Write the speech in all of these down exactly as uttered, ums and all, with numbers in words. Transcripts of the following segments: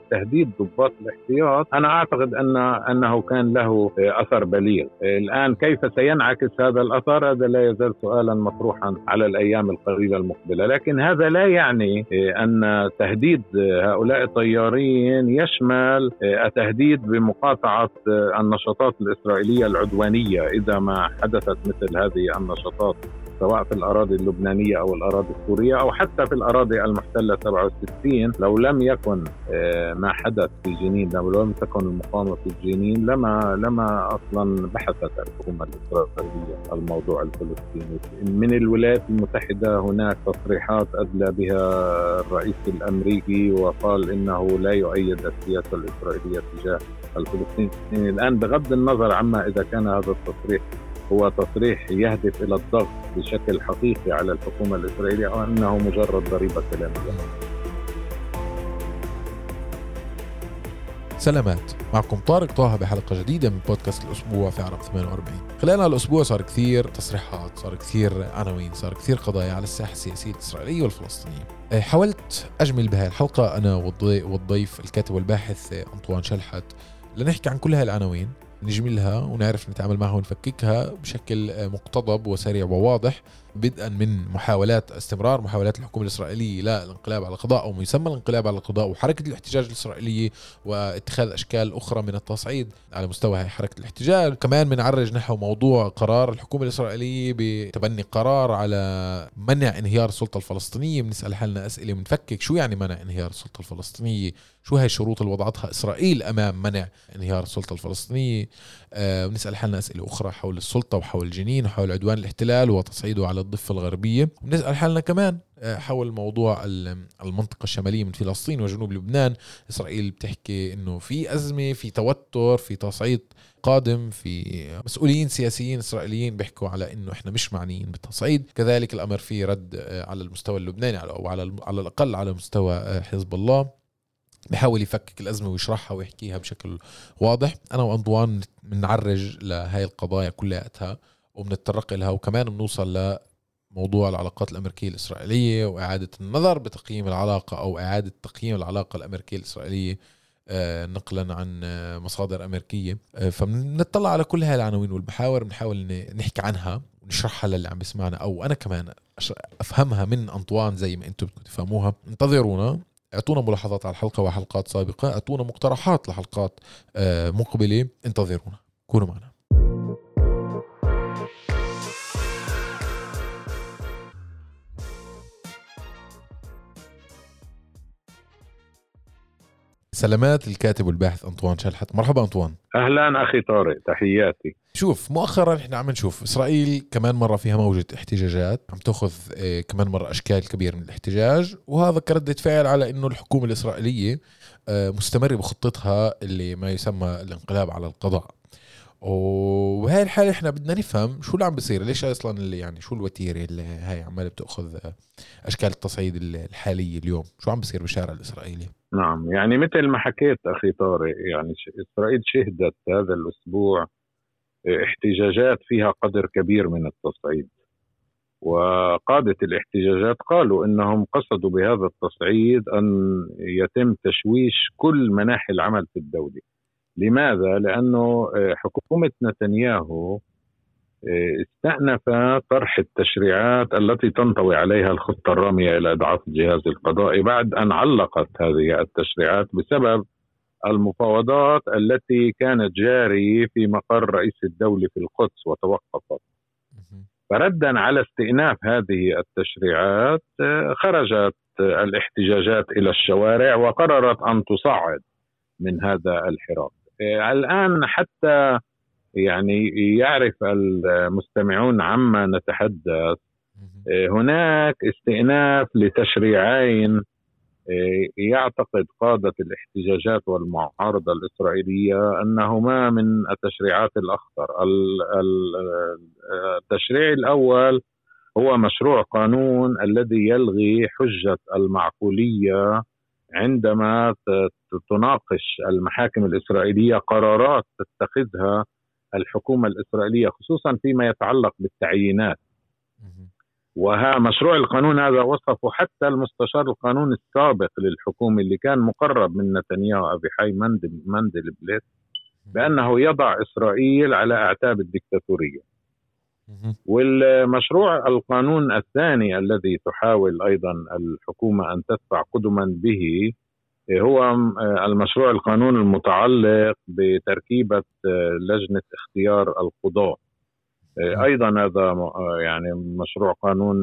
تهديد ضباط الاحتياط، أنا أعتقد أن أنه كان له أثر بليغ. الآن كيف سينعكس هذا الأثر؟ هذا لا يزال سؤالا مطروحا على الأيام القليلة المقبلة، لكن هذا لا يعني أن تهديد هؤلاء الطيارين يشمل التهديد بمقاطعة النشاطات الإسرائيلية العدوانية إذا ما حدثت مثل هذه النشاطات، سواء في الأراضي اللبنانية أو الأراضي السورية أو حتى في الأراضي المحتلة سبعة وستين. لو لم يكن ما حدث في جنين، لو لم تكن المقاومة في جنين، لما لما أصلا بحثت الحكومة الإسرائيلية الموضوع الفلسطيني. من الولايات المتحدة هناك تصريحات أدلى بها الرئيس الأمريكي وقال إنه لا يؤيد السياسة الإسرائيلية تجاه الفلسطينيين. الآن بغض النظر عما إذا كان هذا التصريح هو تصريح يهدف إلى الضغط بشكل حقيقي على الحكومة الإسرائيلية أو أنه مجرد ضريبة كلامية. سلامات، معكم طارق طه بحلقة جديدة من بودكاست الأسبوع في عرب ثمانية وأربعين. خلال الأسبوع صار كثير تصريحات، صار كثير عناوين، صار كثير قضايا على الساحة السياسية الإسرائيلية والفلسطينية. حاولت أجمل بهاي الحلقة أنا والضيف الكاتب والباحث أنطوان شلحت لنحكي عن كل هاي العناوين، نجملها ونعرف نتعامل معها ونفككها بشكل مقتضب وسريع وواضح، بدءا من محاولات استمرار محاولات الحكومة الإسرائيلية لا الانقلاب على القضاء أو ما يسمى الانقلاب على القضاء وحركة الاحتجاج الإسرائيلية واتخاذ أشكال أخرى من التصعيد على مستوى هاي حركة الاحتجاج. كمان بنعرج نحو موضوع قرار الحكومة الإسرائيلية بتبني قرار على منع انهيار السلطة الفلسطينية. بنسأل حالنا أسئلة ونفكك شو يعني منع انهيار السلطة الفلسطينية، شو هاي الشروط اللي وضعتها إسرائيل أمام منع انهيار السلطة الفلسطينية. آه ونسأل حالنا أسئلة أخرى حول السلطة وحول جنين وحول عدوان الاحتلال وتصعيده على الضفة الغربية. ونسأل حالنا كمان حول موضوع المنطقة الشمالية من فلسطين وجنوب لبنان. إسرائيل بتحكي إنه في أزمة، في توتر، في تصعيد قادم، في مسؤولين سياسيين إسرائيليين بيحكوا على إنه إحنا مش معنيين بالتصعيد. كذلك الأمر فيه رد على المستوى اللبناني أو على على الأقل على مستوى حزب الله، بحاول يفكك الأزمة ويشرحها ويحكيها بشكل واضح. أنا وأنطوان بنعرج لهاي القضايا كلها وبنتطرق لها، وكمان بنوصل لموضوع العلاقات الأمريكية الإسرائيلية وإعادة النظر بتقييم العلاقة أو إعادة تقييم العلاقة الأمريكية الإسرائيلية آه نقلا عن آه مصادر أمريكية. آه فبنطلع على كل هاي العناوين والبحاور، بنحاول نحكي عنها ونشرحها للي عم بيسمعنا، أو أنا كمان أفهمها من أنطوان زي ما أنتم بدكم تفهموها. انتظرونا، اعطونا ملاحظات على الحلقة وحلقات سابقة، اعطونا مقترحات لحلقات مقبلة، انتظرونا، كونوا معنا. سلامات الكاتب والباحث أنطوان شلحت. مرحبا أنطوان. أهلا أخي طارق، تحياتي. شوف، مؤخرا احنا عم نشوف إسرائيل كمان مرة فيها موجة احتجاجات، عم تأخذ كمان مرة أشكال كبيرة من الاحتجاج، وهذا كردة فعل على إنه الحكومة الإسرائيلية مستمرة بخطتها اللي ما يسمى الانقلاب على القضاء. وبهاي الحالة احنا بدنا نفهم شو اللي عم بيصير، ليش اصلا اللي يعني شو الوتيرة اللي هاي عمالة بتأخذ اشكال التصعيد الحالية اليوم، شو عم بيصير بالشارع الإسرائيلي؟ نعم، يعني مثل ما حكيت أخي طارق، يعني إسرائيل شهدت هذا الأسبوع احتجاجات فيها قدر كبير من التصعيد، وقادة الاحتجاجات قالوا إنهم قصدوا بهذا التصعيد أن يتم تشويش كل مناحي العمل في الدولة. لماذا؟ لأنه حكومة نتنياهو استأنف طرح التشريعات التي تنطوي عليها الخطة الرامية إلى إضعاف الجهاز القضائي بعد أن علقت هذه التشريعات بسبب المفاوضات التي كانت جارية في مقر رئيس الدولة في القدس وتوقفت. فردا على استئناف هذه التشريعات خرجت الاحتجاجات إلى الشوارع وقررت أن تصعد من هذا الحراك. الآن حتى يعني يعرف المستمعون عما نتحدث، هناك استئناف لتشريعين يعتقد قادة الاحتجاجات والمعارضة الإسرائيلية أنهما من التشريعات الأخطر. التشريع الأول هو مشروع قانون الذي يلغي حجة المعقولية عندما تناقش المحاكم الإسرائيلية قرارات تتخذها الحكومة الإسرائيلية، خصوصا فيما يتعلق بالتعيينات. وها مشروع القانون هذا وصفه حتى المستشار القانوني السابق للحكومة اللي كان مقرب من نتنياهو أبيحاي مندلبلت بأنه يضع إسرائيل على أعتاب الدكتاتورية. والمشروع القانون الثاني الذي تحاول أيضا الحكومة أن تدفع قدما به هو المشروع القانون المتعلق بتركيبة لجنة اختيار القضاة. أيضا هذا يعني مشروع قانون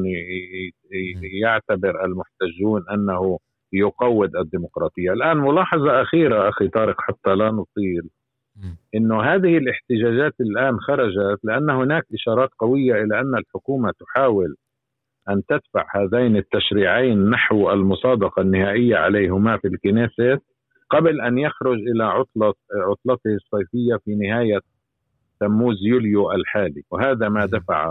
يعتبر المحتجون أنه يقوض الديمقراطية. الآن ملاحظة أخيرة أخي طارق حتى لا نطيل، إنه هذه الاحتجاجات الآن خرجت لأن هناك إشارات قوية إلى أن الحكومة تحاول أن تدفع هذين التشريعين نحو المصادقة النهائية عليهما في الكنيست قبل أن يخرج إلى عطلة عطلته الصيفية في نهاية تموز يوليو الحالي، وهذا ما دفع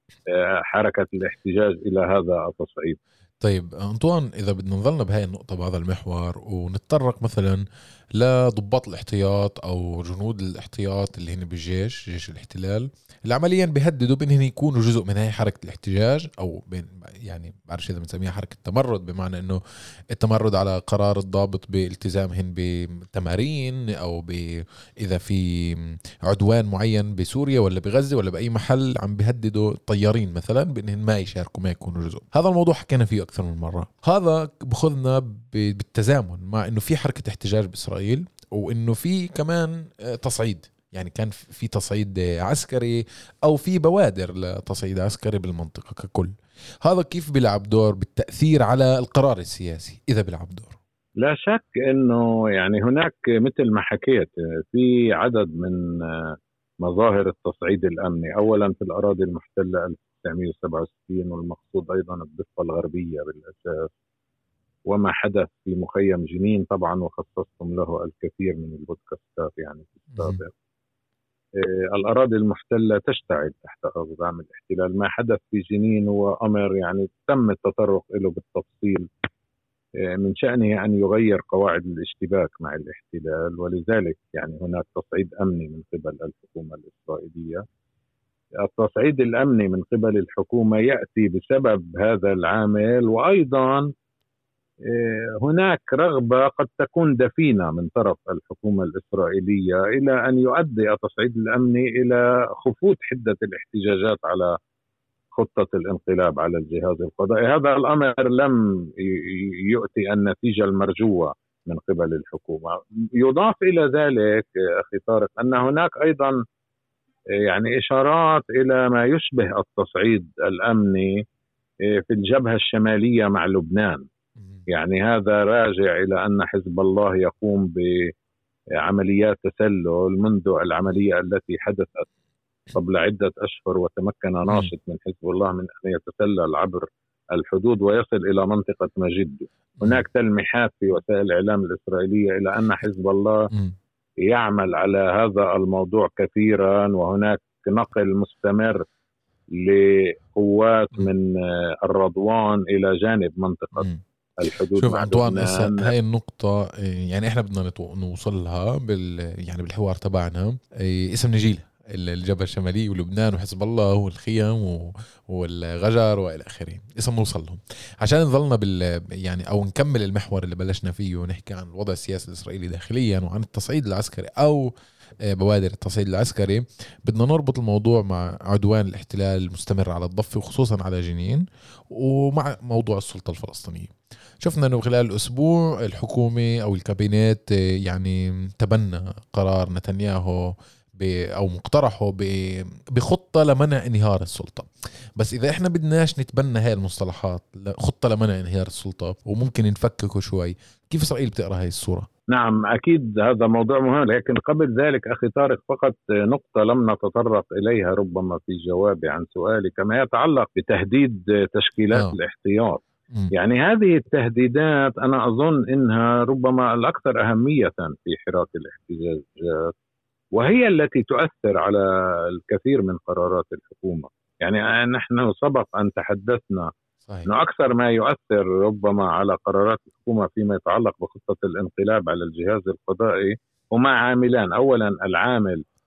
حركة الاحتجاج إلى هذا التصعيد. طيب أنطوان، إذا بدنا نظلنا بهاي النقطة بهذا المحور ونتطرق مثلا لضباط الاحتياط أو جنود الاحتياط اللي هن بالجيش، جيش الاحتلال، اللي عمليا بيهددوا بأنهم يكونوا جزء من هاي حركة الاحتجاج، أو يعني بعرفش إذا بنسميها حركة تمرد، بمعنى إنه التمرد على قرار الضابط بالتزامهم بتمارين أو إذا في عدوان معين بسوريا ولا بغزة ولا بأي محل عم بيهددوا الطيارين مثلا بأنهم ما يشاركوا، ما يكونوا جزء. هذا الموضوع حكينا فيه أكثر من مرة. هذا بخذنا بالتزامن مع إنه في حركة احتجاج بإسرائيل وإنه في كمان تصعيد، يعني كان في تصعيد عسكري أو في بوادر لتصعيد عسكري بالمنطقة ككل. هذا كيف بيلعب دور بالتأثير على القرار السياسي إذا بيلعب دور؟ لا شك إنه يعني هناك مثل ما حكيت في عدد من مظاهر التصعيد الأمني، أولا في الأراضي المحتلة ألف وتسعمائة وسبعة وستين، والمقصود أيضا الضفة الغربية بالأساس، وما حدث في مخيم جنين طبعا وخصصتم له الكثير من البودكاستات يعني في السابق. آه الأراضي المحتلة تشتعل تحت أقدام الاحتلال. ما حدث في جنين هو أمر يعني تم التطرق له بالتفصيل، آه من شأنه أن يغير قواعد الاشتباك مع الاحتلال، ولذلك يعني هناك تصعيد أمني من قبل الحكومة الإسرائيلية. التصعيد الأمني من قبل الحكومة يأتي بسبب هذا العامل، وأيضا هناك رغبة قد تكون دفينة من طرف الحكومة الإسرائيلية إلى أن يؤدي التصعيد الأمني إلى خفوت حدة الاحتجاجات على خطة الانقلاب على الجهاز القضائي. هذا الأمر لم يؤتي النتيجة المرجوة من قبل الحكومة. يضاف إلى ذلك أخي طارق أن هناك أيضا يعني إشارات إلى ما يشبه التصعيد الأمني في الجبهة الشمالية مع لبنان. يعني هذا راجع إلى أن حزب الله يقوم بعمليات تسلل منذ العملية التي حدثت قبل عدة أشهر، وتمكن ناشط من حزب الله من أن يتسلل عبر الحدود ويصل إلى منطقة مجد. هناك تلميحات في وسائل الإعلام الإسرائيلية إلى أن حزب الله يعمل على هذا الموضوع كثيرا، وهناك نقل مستمر لقوات من الرضوان إلى جانب منطقة الحدود. شوف أنطوان، هاي النقطة يعني إحنا بدنا نوصلها بال يعني بالحوار تبعنا، اسم نجيل الجبهة الشمالية ولبنان وحزب الله والخيم والغجر وإلى آخره، اسم نوصل لهم عشان نظلنا بال يعني أو نكمل المحور اللي بلشنا فيه ونحكي عن الوضع السياسي الإسرائيلي داخليا وعن التصعيد العسكري أو بوادر التصعيد العسكري. بدنا نربط الموضوع مع عدوان الاحتلال المستمر على الضفة وخصوصا على جنين، ومع موضوع السلطة الفلسطينية. شفنا أنه خلال الأسبوع الحكومة أو الكابينات يعني تبنى قرار نتنياهو أو مقترحه بخطة لمنع انهيار السلطة. بس إذا إحنا بدناش نتبنى هاي المصطلحات، خطة لمنع انهيار السلطة، وممكن نفككه شوي، كيف إسرائيل بتقرأ هاي الصورة؟ نعم أكيد هذا موضوع مهم، لكن قبل ذلك أخي طارق فقط نقطة لم نتطرق إليها ربما في جوابي عن سؤالي، كما يتعلق بتهديد تشكيلات آه. الاحتياط. م. يعني هذه التهديدات أنا أظن إنها ربما الأكثر أهمية في حراك الاحتجاجات، وهي التي تؤثر على الكثير من قرارات الحكومة. يعني نحن سبق أن تحدثنا أنه أكثر ما يؤثر ربما على قرارات الحكومة فيما يتعلق بخطة الانقلاب على الجهاز القضائي هما عاملان. أولا العامل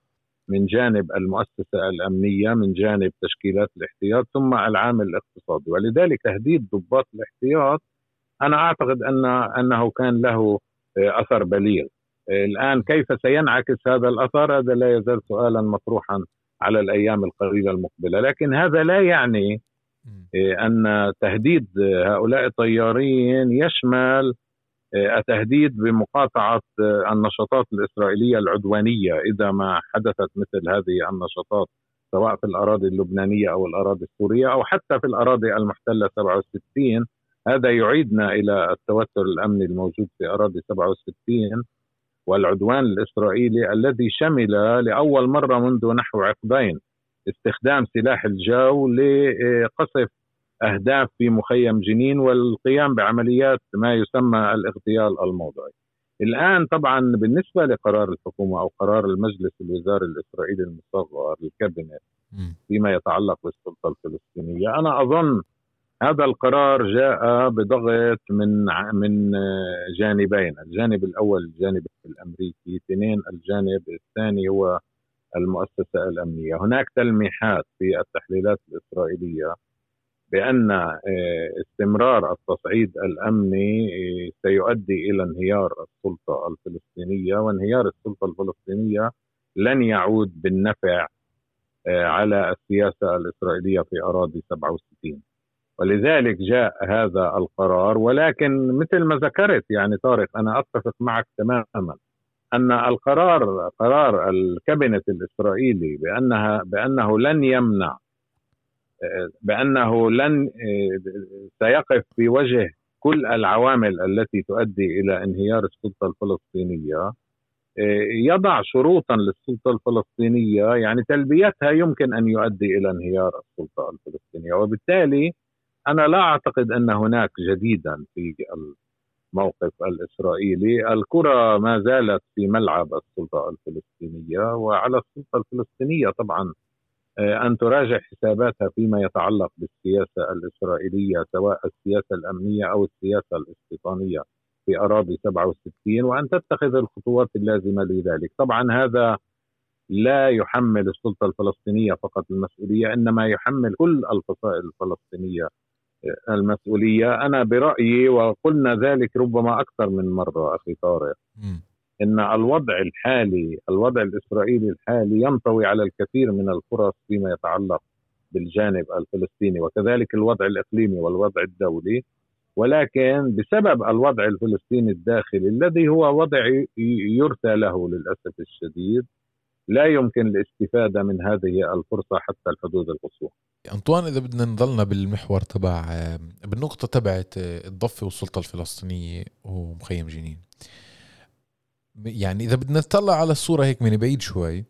من جانب المؤسسة الأمنية، من جانب تشكيلات الاحتياط، ثم العامل الاقتصادي. ولذلك تهديد ضباط الاحتياط أنا أعتقد أن أنه كان له أثر بليغ. الآن كيف سينعكس هذا الأثر؟ هذا لا يزال سؤالا مطروحا على الأيام القليلة المقبلة، لكن هذا لا يعني أن تهديد هؤلاء الطيارين يشمل التهديد بمقاطعة النشاطات الإسرائيلية العدوانية إذا ما حدثت مثل هذه النشاطات، سواء في الأراضي اللبنانية أو الأراضي السورية أو حتى في الأراضي المحتلة سبعة وستين. هذا يعيدنا إلى التوتر الأمني الموجود في أراضي سبعة وستين والعدوان الإسرائيلي الذي شمل لأول مرة منذ نحو عقدين استخدام سلاح الجو لقصف أهداف في مخيم جنين والقيام بعمليات ما يسمى الاغتيال الموضعي. الآن طبعا بالنسبة لقرار الحكومة أو قرار المجلس الوزاري الإسرائيلي المصغر الكابينت فيما يتعلق بالسلطة الفلسطينية، أنا أظن هذا القرار جاء بضغط من من جانبين، الجانب الأول الجانب الأمريكي، اثنين الجانب الثاني هو المؤسسة الأمنية. هناك تلميحات في التحليلات الإسرائيلية بأن استمرار التصعيد الأمني سيؤدي إلى انهيار السلطة الفلسطينية، وانهيار السلطة الفلسطينية لن يعود بالنفع على السياسة الإسرائيلية في أراضي سبعة وستين. ولذلك جاء هذا القرار. ولكن مثل ما ذكرت يعني طارق، أنا أتفق معك تماما أن القرار قرار الكابينت الإسرائيلي بأنها بأنه لن يمنع بأنه لن سيقف في وجه كل العوامل التي تؤدي إلى انهيار السلطة الفلسطينية، يضع شروطا للسلطة الفلسطينية يعني تلبيتها يمكن أن يؤدي إلى انهيار السلطة الفلسطينية. وبالتالي أنا لا أعتقد أن هناك جديدا في الموقف الإسرائيلي. الكرة ما زالت في ملعب السلطة الفلسطينية، وعلى السلطة الفلسطينية طبعا أن تراجع حساباتها فيما يتعلق بالسياسة الإسرائيلية، سواء السياسة الأمنية أو السياسة الاستيطانية في أراضي سبعة وستين، وأن تتخذ الخطوات اللازمة لذلك. طبعا هذا لا يحمل السلطة الفلسطينية فقط المسؤولية، إنما يحمل كل الفصائل الفلسطينية المسؤولية. أنا برأيي وقلنا ذلك ربما أكثر من مرة أخي طارق، إن الوضع الحالي الوضع الإسرائيلي الحالي ينطوي على الكثير من الفرص فيما يتعلق بالجانب الفلسطيني، وكذلك الوضع الإقليمي والوضع الدولي. ولكن بسبب الوضع الفلسطيني الداخلي الذي هو وضع يرثى له للأسف الشديد، لا يمكن الاستفادة من هذه الفرصة حتى الحدود القصوى. أنطوان، إذا بدنا نضلنا بالمحور تبع بالنقطة تبعت الضفة والسلطة الفلسطينية ومخيم جنين، يعني إذا بدنا نطلع على الصورة هيك من بعيد شوي،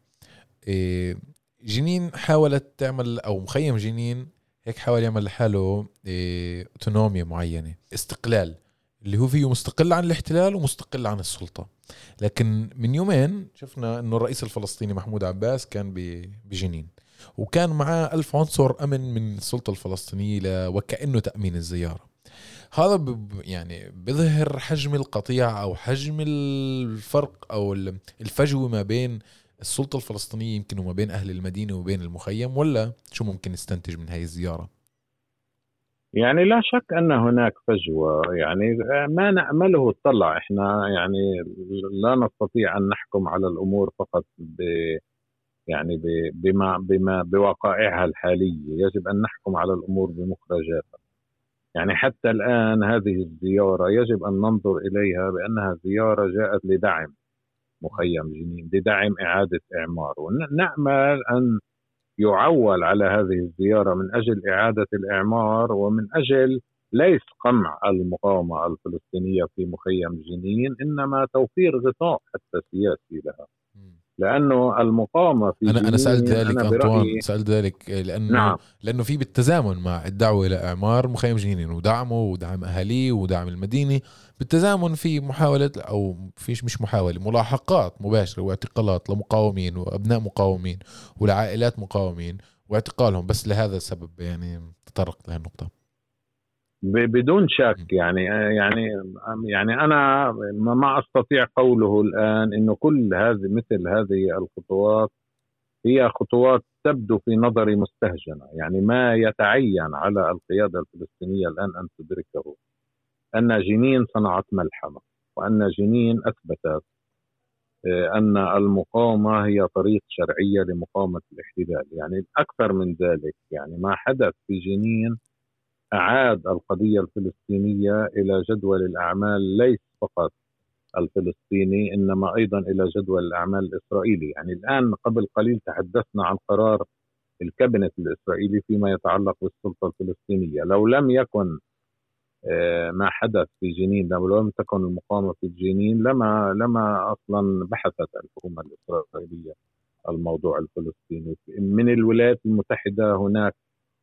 جنين حاولت تعمل أو مخيم جنين هيك حاول يعمل لحاله أوتونوميا معينة، استقلال اللي هو فيه مستقل عن الاحتلال ومستقل عن السلطة. لكن من يومين شفنا إنه الرئيس الفلسطيني محمود عباس كان بجنين وكان معاه ألف عنصر أمن من السلطة الفلسطينية وكأنه تأمين الزيارة. هذا ب يعني بظهر حجم القطيع أو حجم الفرق أو الفجوة ما بين السلطة الفلسطينية يمكن وما بين أهل المدينة وبين المخيم، ولا شو ممكن نستنتج من هاي الزيارة؟ يعني لا شك أن هناك فجوة، يعني ما نأمله اطلع إحنا يعني لا نستطيع أن نحكم على الأمور فقط ب يعني ب بما بما بوقائعها الحالية، يجب أن نحكم على الأمور بمخرجاتها. يعني حتى الآن هذه الزيارة يجب أن ننظر إليها بأنها زيارة جاءت لدعم مخيم جنين، لدعم إعادة إعمار، ونأمل أن يعول على هذه الزيارة من أجل إعادة الإعمار ومن أجل ليس قمع المقاومة الفلسطينية في مخيم جنين، إنما توفير غطاء حتى سياسي لها. لأنه المقاومة في أنا جنين أنا سألت ذلك أنا أنطوان، سألت ذلك لأنه نعم. لأنه في بالتزامن مع الدعوة إلى إعمار مخيم جنين ودعمه ودعم أهاليه ودعم المدينة، بالتزامن في محاولة أو فيش مش محاولة ملاحقات مباشرة واعتقالات لمقاومين وأبناء مقاومين ولعائلات مقاومين واعتقالهم، بس لهذا السبب يعني تطرق لها النقطة. بدون شك يعني يعني يعني أنا ما أستطيع قوله الآن إنه كل هذه مثل هذه الخطوات هي خطوات تبدو في نظري مستهجنة. يعني ما يتعين على القيادة الفلسطينية الآن أن تدركه أن جنين صنعت ملحمة، وأن جنين أثبتت أن المقاومة هي طريق شرعية لمقاومة الاحتلال. يعني أكثر من ذلك، يعني ما حدث في جنين أعاد القضية الفلسطينية إلى جدول الأعمال، ليس فقط الفلسطيني إنما أيضا إلى جدول الأعمال الإسرائيلي. يعني الآن قبل قليل تحدثنا عن قرار الكابينت الإسرائيلي فيما يتعلق بالسلطة الفلسطينية. لو لم يكن ما حدث في جنين، لو لم تكن المقاومة في جنين، لما لما أصلا بحثت الحكومة الإسرائيلية الموضوع الفلسطيني. من الولايات المتحدة هناك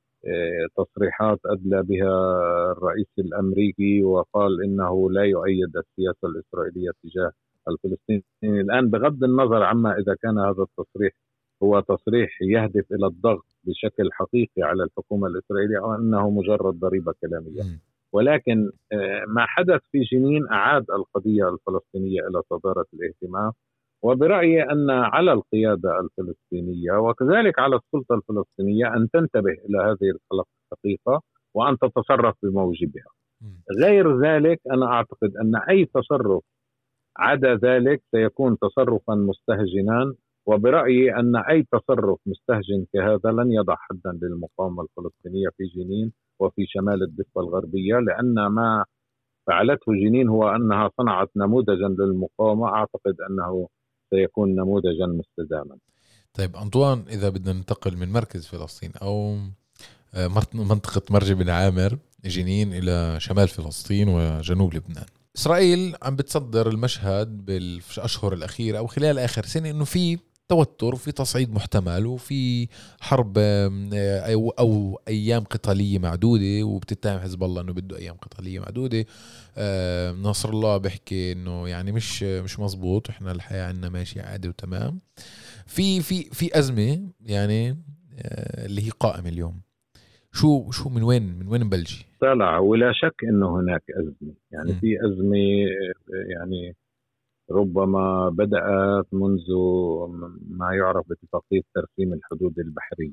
تصريحات أدلى بها الرئيس الأمريكي وقال إنه لا يؤيد السياسة الإسرائيلية تجاه الفلسطينيين. الآن بغض النظر عما إذا كان هذا التصريح هو تصريح يهدف إلى الضغط بشكل حقيقي على الحكومة الإسرائيلية أو أنه مجرد ضريبة كلامية، ولكن ما حدث في جنين أعاد القضية الفلسطينية إلى صدارة الاهتمام. وبرأيي أن على القيادة الفلسطينية وكذلك على السلطة الفلسطينية أن تنتبه إلى هذه الحقيقة وأن تتصرف بموجبها. غير ذلك أنا أعتقد أن أي تصرف عدا ذلك سيكون تصرفا مستهجنا، وبرأيي أن أي تصرف مستهجن كهذا لن يضع حدا للمقاومة الفلسطينية في جنين وفي شمال الضفة الغربية، لأن ما فعلته جنين هو أنها صنعت نموذجا للمقاومة أعتقد أنه سيكون نموذجا مستداما. طيب أنطوان، إذا بدنا ننتقل من مركز فلسطين أو منطقة مرج بن عامر جنين إلى شمال فلسطين وجنوب لبنان، إسرائيل عم بتصدر المشهد بالأشهر الأخيرة أو خلال آخر سنة إنه في توتر وفي تصعيد محتمل وفي حرب أو, أو أيام قتالية معدودة، وبتتهم حزب الله إنه بده أيام قتالية معدودة. نصر الله بيحكي إنه يعني مش مش مزبوط، إحنا الحياة عنا ماشي عادي وتمام. في في في أزمة يعني اللي هي قائمة اليوم. شو شو من وين من وين نبلجي؟ طلع ولا شك إنه هناك أزمة، يعني م. في أزمة يعني ربما بدأت منذ ما يعرف باتفاقية ترسيم الحدود البحرية.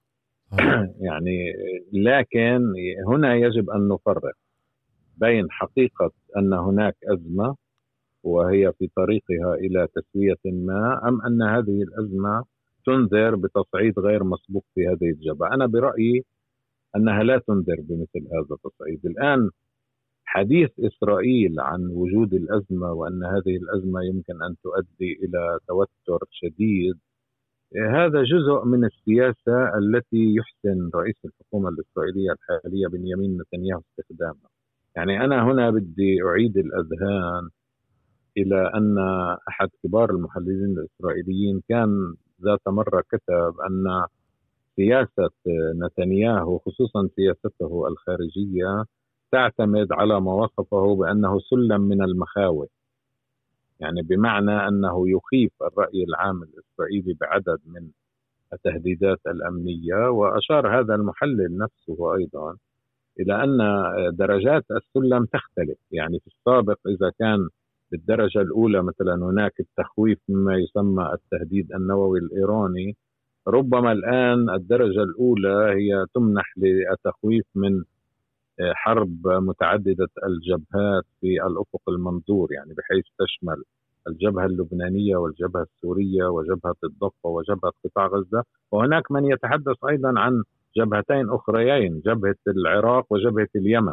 يعني لكن هنا يجب أن نفرق بين حقيقة أن هناك أزمة وهي في طريقها إلى تسوية ما، أم أن هذه الأزمة تنذر بتصعيد غير مسبوق في هذه الجبهة. أنا برأيي أنها لا تنذر بمثل هذا التصعيد. الآن حديث إسرائيل عن وجود الأزمة وأن هذه الأزمة يمكن أن تؤدي إلى توتر شديد، هذا جزء من السياسة التي يحسن رئيس الحكومة الإسرائيلية الحالية بنيامين نتنياهو استخدامها. يعني أنا هنا بدي أعيد الأذهان إلى أن أحد كبار المحللين الإسرائيليين كان ذات مرة كتب أن سياسة نتنياهو خصوصا سياسته الخارجية تعتمد على ما وصفه بأنه سلم من المخاوف، يعني بمعنى أنه يخيف الرأي العام الإسرائيلي بعدد من التهديدات الأمنية. وأشار هذا المحلل نفسه أيضا إلى أن درجات السلم تختلف. يعني في السابق إذا كان بالدرجة الأولى مثلا هناك التخويف مما يسمى التهديد النووي الإيراني، ربما الآن الدرجة الأولى هي تمنح للتخويف من حرب متعددة الجبهات في الأفق المنظور، يعني بحيث تشمل الجبهة اللبنانية والجبهة السورية وجبهة الضفة وجبهة قطاع غزة. وهناك من يتحدث أيضا عن جبهتين أخريين، جبهة العراق وجبهة اليمن.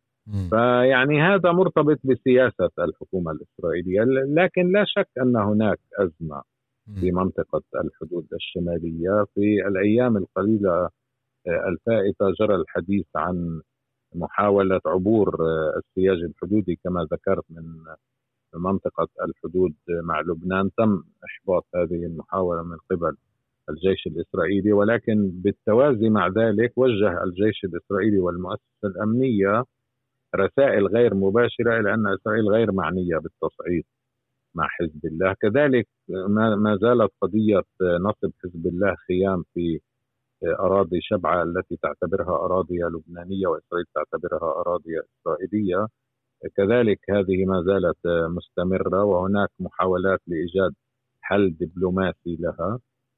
فيعني هذا مرتبط بسياسة الحكومة الإسرائيلية. لكن لا شك أن هناك أزمة في منطقة الحدود الشمالية. في الأيام القليلة الفائتة جرى الحديث عن محاولة عبور السياج الحدودي كما ذكرت من منطقة الحدود مع لبنان. تم إحباط هذه المحاولة من قبل الجيش الإسرائيلي، ولكن بالتوازي مع ذلك وجه الجيش الإسرائيلي والمؤسسة الأمنية رسائل غير مباشرة إلى أن إسرائيل غير معنية بالتصعيد مع حزب الله. كذلك ما زالت قضية نصب حزب الله خيام في أراضي شبعة التي تعتبرها أراضي لبنانية وإسرائيل تعتبرها أراضي إسرائيلية، كذلك هذه ما زالت مستمرة، وهناك محاولات لإيجاد حل دبلوماسي لها.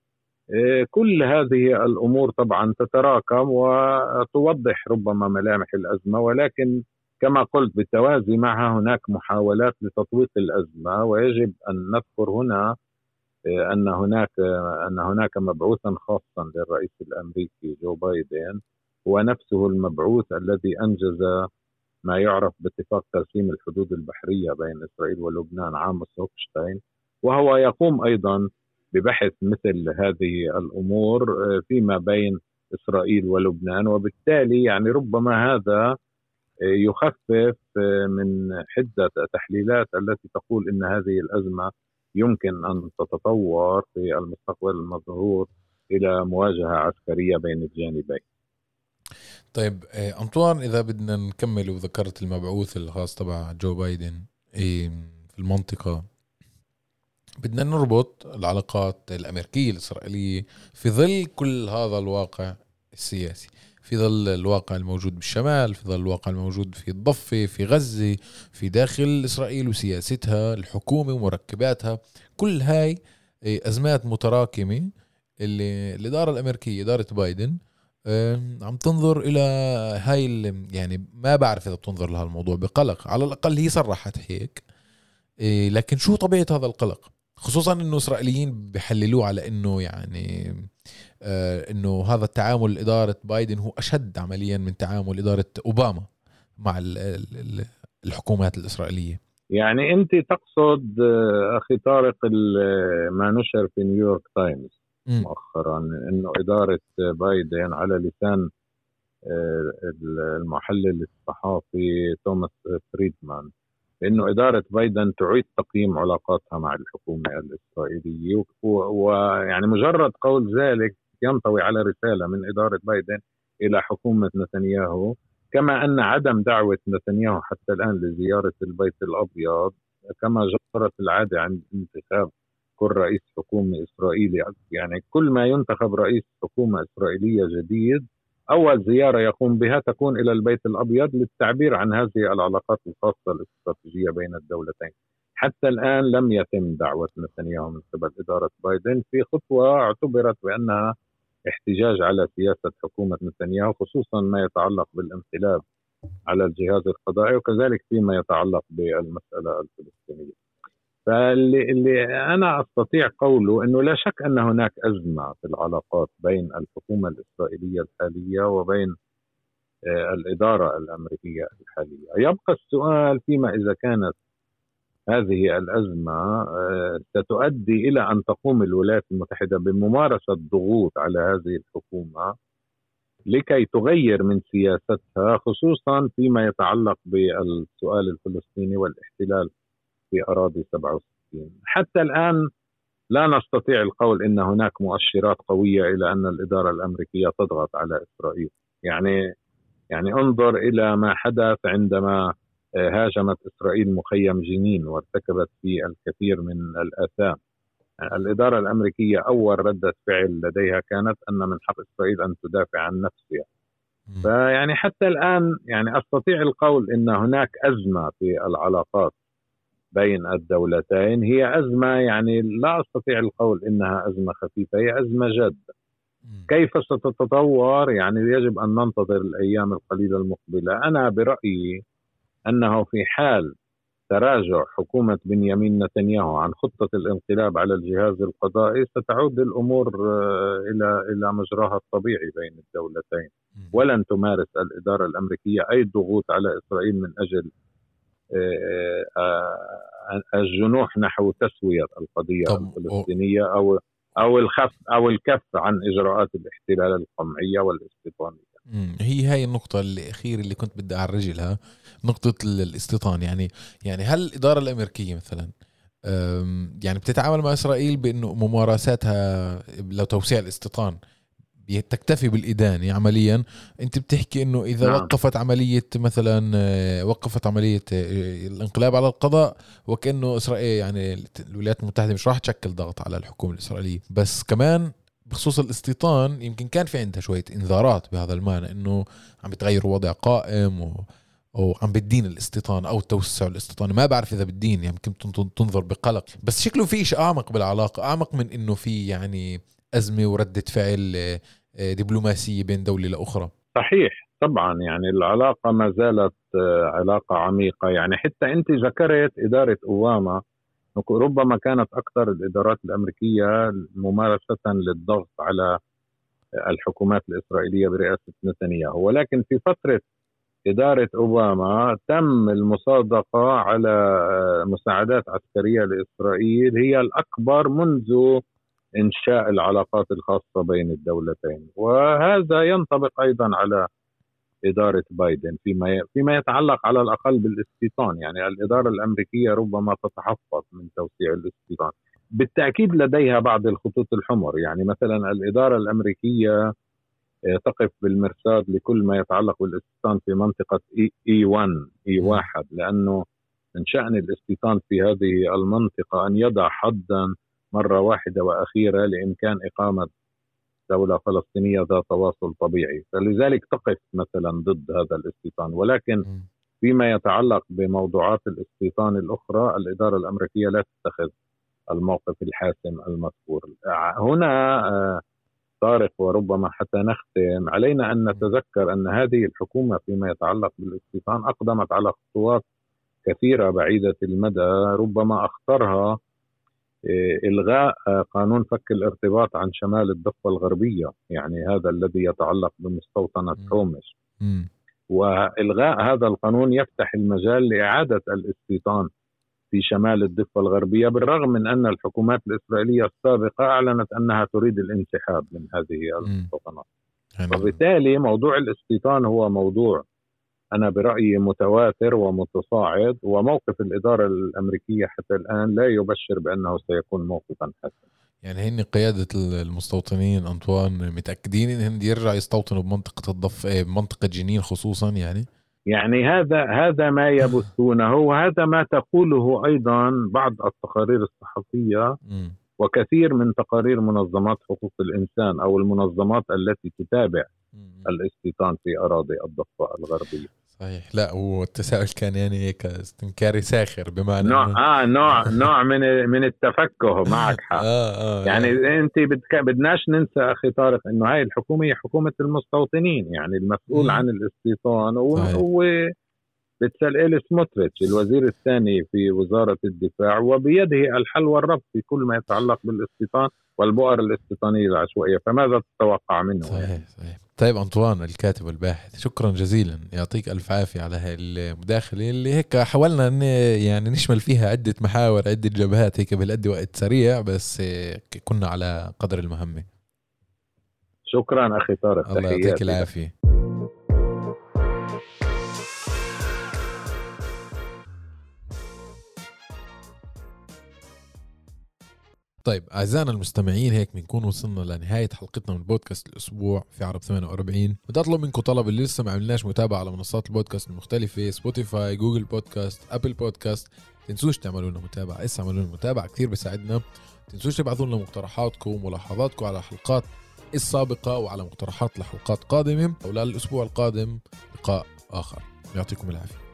كل هذه الأمور طبعا تتراكم وتوضح ربما ملامح الأزمة، ولكن كما قلت بالتوازي معها هناك محاولات لتطويق الأزمة. ويجب أن نذكر هنا أن هناك أن هناك مبعوثا خاصا للرئيس الأمريكي جو بايدن، هو نفسه المبعوث الذي أنجز ما يعرف باتفاق ترسيم الحدود البحرية بين إسرائيل ولبنان، عاموس هوكشتاين، وهو يقوم أيضا ببحث مثل هذه الأمور فيما بين إسرائيل ولبنان. وبالتالي يعني ربما هذا يخفف من حدة التحليلات التي تقول إن هذه الأزمة يمكن أن تتطور في المستقبل المظهور إلى مواجهة عسكرية بين الجانبين. طيب أنطوان، إذا بدنا نكمل وذكرت المبعوث الخاص تبع جو بايدن في المنطقة، بدنا نربط العلاقات الأمريكية الإسرائيلية في ظل كل هذا الواقع السياسي، في ظل الواقع الموجود بالشمال، في ظل الواقع الموجود في الضفة، في غزة، في داخل إسرائيل وسياستها، الحكومة ومركباتها. كل هاي أزمات متراكمة اللي الإدارة الأمريكية، إدارة بايدن، عم تنظر إلى هاي، يعني ما بعرف إذا بتنظر لها الموضوع بقلق، على الأقل هي صرحت هيك. لكن شو طبيعة هذا القلق؟ خصوصا إنه إسرائيليين بيحللوه على إنه يعني آه إنه هذا التعامل إدارة بايدن هو أشد عمليا من تعامل إدارة أوباما مع الحكومات الإسرائيلية. يعني أنت تقصد أخي طارق ما نشر في نيويورك تايمز مؤخرا إنه إدارة بايدن على لسان المحلل الصحافي توماس فريدمان إنه إدارة بايدن تعيد تقييم علاقاتها مع الحكومة الإسرائيلية، ويعني مجرد قول ذلك ينطوي على رسالة من إدارة بايدن إلى حكومة نتنياهو، كما أن عدم دعوة نتنياهو حتى الآن لزيارة البيت الأبيض كما جرت العادة عند انتخاب كل رئيس حكومة إسرائيلي. يعني كل ما ينتخب رئيس حكومة إسرائيلية جديد أول زيارة يقوم بها تكون إلى البيت الأبيض للتعبير عن هذه العلاقات الخاصة الاستراتيجية بين الدولتين. حتى الآن لم يتم دعوة نتنياهو من قبل إدارة بايدن في خطوة اعتبرت بأنها احتجاج على سياسة حكومة نتنياهو، خصوصا ما يتعلق بالانقلاب على الجهاز القضائي وكذلك فيما يتعلق بالمسألة الفلسطينية. فاللي أنا أستطيع قوله أنه لا شك أن هناك أزمة في العلاقات بين الحكومة الإسرائيلية الحالية وبين الإدارة الأمريكية الحالية. يبقى السؤال فيما إذا كانت هذه الأزمة ستؤدي إلى أن تقوم الولايات المتحدة بممارسة ضغوط على هذه الحكومة لكي تغير من سياستها، خصوصا فيما يتعلق بالسؤال الفلسطيني والاحتلال في أراضي سبعة وستين. حتى الآن لا نستطيع القول إن هناك مؤشرات قوية إلى أن الإدارة الأمريكية تضغط على إسرائيل. يعني يعني انظر إلى ما حدث عندما هاجمت إسرائيل مخيم جنين وارتكبت فيه الكثير من الآثام. الإدارة الأمريكية أول ردة فعل لديها كانت أن من حق إسرائيل أن تدافع عن نفسها. فيعني حتى الآن يعني أستطيع القول إن هناك أزمة في العلاقات بين الدولتين، هي أزمة يعني لا أستطيع القول إنها أزمة خفيفة، هي أزمة جد. كيف ستتطور يعني يجب أن ننتظر الأيام القليلة المقبلة. أنا برأيي أنه في حال تراجع حكومة بنيامين نتنياهو عن خطة الانقلاب على الجهاز القضائي ستعود الأمور إلى إلى مجراها الطبيعي بين الدولتين، ولن تمارس الإدارة الأمريكية أي ضغوط على إسرائيل من أجل الجنوح نحو تسوية القضية الفلسطينية أو أو الخف أو الكف عن إجراءات الاحتلال القمعية والاستيطانية. هي هاي النقطة الأخيرة اللي كنت بدي أعرجلها، نقطة الاستيطان. يعني يعني هل الإدارة الأمريكية مثلا يعني بتتعامل مع إسرائيل بأنه ممارساتها لو توسيع الاستيطان تكتفي بالإدانة عمليا؟ أنت بتحكي إنه إذا نعم. وقفت عملية مثلا وقفت عملية الانقلاب على القضاء وكأنه إسرائيل يعني الولايات المتحدة مش راح تشكل ضغط على الحكومة الإسرائيلية. بس كمان بخصوص الاستيطان يمكن كان في عندها شوية إنذارات بهذا المعنى إنه عم بتغير وضع قائم و أو عم بدين الاستيطان أو توسع الاستيطان. ما بعرف إذا بدين، يمكن تنظر بقلق، بس شكله في شيء أعمق بالعلاقة، أعمق من إنه في يعني أزمة وردة فعل دبلوماسية بين دولة لأخرى. صحيح طبعا، يعني العلاقة ما زالت علاقة عميقة. يعني حتى أنت ذكرت إدارة أوباما، ربما كانت أكثر الإدارات الأمريكية ممارسة للضغط على الحكومات الإسرائيلية برئاسة نتنياهو، ولكن في فترة إدارة أوباما تم المصادقة على مساعدات عسكرية لإسرائيل هي الأكبر منذ إنشاء العلاقات الخاصة بين الدولتين، وهذا ينطبق أيضا على إدارة بايدن فيما فيما يتعلق على الأقل بالاستيطان. يعني الإدارة الأمريكية ربما تتحفظ من توسيع الاستيطان، بالتأكيد لديها بعض الخطوط الحمر. يعني مثلا الإدارة الأمريكية تقف بالمرصاد لكل ما يتعلق بالاستيطان في منطقة إي واحد إي واحد، لأنه من شأن الاستيطان في هذه المنطقة أن يضع حدا مرة واحدة وأخيرة لإمكان إقامة دولة فلسطينية ذات تواصل طبيعي، فلذلك تقف مثلا ضد هذا الاستيطان. ولكن فيما يتعلق بموضوعات الاستيطان الأخرى الإدارة الأمريكية لا تتخذ الموقف الحاسم المذكور هنا. طارق، وربما حتى نختم، علينا أن نتذكر أن هذه الحكومة فيما يتعلق بالاستيطان أقدمت على خطوات كثيرة بعيدة المدى، ربما أخطرها إلغاء قانون فك الارتباط عن شمال الضفة الغربية، يعني هذا الذي يتعلق بمستوطنة خومش. وإلغاء هذا القانون يفتح المجال لإعادة الاستيطان في شمال الضفة الغربية، بالرغم من أن الحكومات الإسرائيلية السابقة أعلنت أنها تريد الانسحاب من هذه المستوطنات. وبالتالي موضوع الاستيطان هو موضوع أنا برأيي متواتر ومتصاعد، وموقف الإدارة الأمريكية حتى الآن لا يبشر بأنه سيكون موقفا حسنا. يعني هن قيادة المستوطنين أنطوان متأكدين إنهم يرجعوا يستوطنوا بمنطقة الضفة، بمنطقة جنين خصوصا؟ يعني يعني هذا هذا ما يبثونه، وهذا ما تقوله أيضا بعض التقارير الصحفية م. وكثير من تقارير منظمات حقوق الإنسان أو المنظمات التي تتابع م. الاستيطان في أراضي الضفة الغربية. صحيح. لا، هو التساؤل كان يعني هيك استنكاري ساخر، بمعنى نوع اه نوع نوع من من التفكه. معك حق. آه آه يعني آه. انت بدك بدناش ننسى اخي طارق انه هاي الحكومه هي حكومه المستوطنين، يعني المسؤول م. عن الاستيطان هو بتسأل سموتريتش الوزير الثاني في وزارة الدفاع، وبيده الحل والربط في كل ما يتعلق بالاستيطان والبؤر الاستيطانية العشوائية. فماذا تتوقع منه؟ صحيح يعني؟ صحيح. طيب أنطوان الكاتب والباحث، شكرا جزيلا، يعطيك ألف عافية على هاي المداخلة اللي هيك حاولنا أن يعني نشمل فيها عدة محاور، عدة جبهات هيك بالقد وقت سريع، بس كنا على قدر المهمة. شكرا أخي طارق، الله يعطيك العافية. طيب أعزائنا المستمعين، هيك بنكون وصلنا لنهاية حلقتنا من بودكاست الأسبوع في عرب ثمانية وأربعين. بدي أطلب منكم طلب، اللي لسه ما عملناش متابعة على منصات البودكاست المختلفة، سبوتيفاي، جوجل بودكاست، أبل بودكاست، تنسوش تعملوا لنا متابعة. إسا عملوا لنا متابعة كثير بيساعدنا. تنسوش تبعثوا لنا مقترحاتكم وملاحظاتكم على الحلقات السابقة وعلى مقترحات لحلقات قادمة، أو للأسبوع القادم لقاء آخر. يعطيكم العافية.